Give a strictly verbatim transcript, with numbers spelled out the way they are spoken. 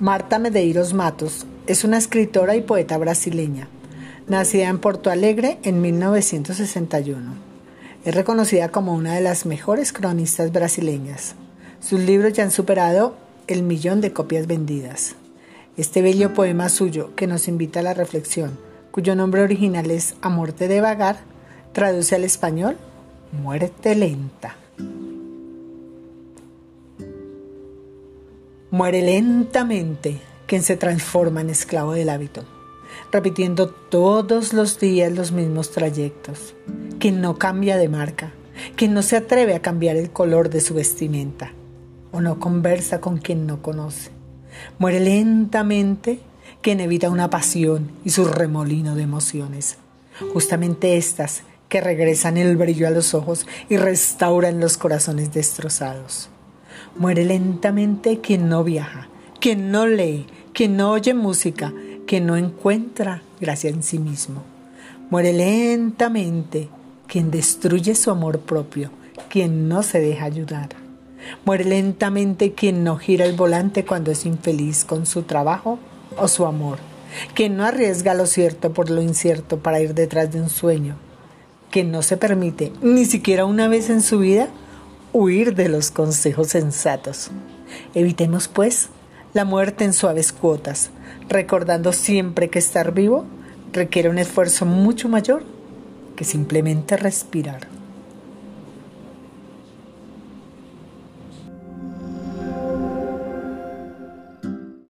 Marta Medeiros Matos es una escritora y poeta brasileña, nacida en Porto Alegre en mil novecientos sesenta y uno. Es reconocida como una de las mejores cronistas brasileñas. Sus libros ya han superado el millón de copias vendidas. Este bello poema suyo, que nos invita a la reflexión, cuyo nombre original es Amor te de vagar, traduce al español Muerte lenta. Muere lentamente quien se transforma en esclavo del hábito, repitiendo todos los días los mismos trayectos, quien no cambia de marca, quien no se atreve a cambiar el color de su vestimenta, o no conversa con quien no conoce. Muere lentamente quien evita una pasión y su remolino de emociones, justamente estas que regresan el brillo a los ojos y restauran los corazones destrozados. Muere lentamente quien no viaja, quien no lee, quien no oye música, quien no encuentra gracia en sí mismo. Muere lentamente quien destruye su amor propio, quien no se deja ayudar. Muere lentamente quien no gira el volante cuando es infeliz con su trabajo o su amor, quien no arriesga lo cierto por lo incierto para ir detrás de un sueño, quien no se permite, ni siquiera una vez en su vida, huir de los consejos sensatos. Evitemos, pues, la muerte en suaves cuotas, recordando siempre que estar vivo requiere un esfuerzo mucho mayor que simplemente respirar.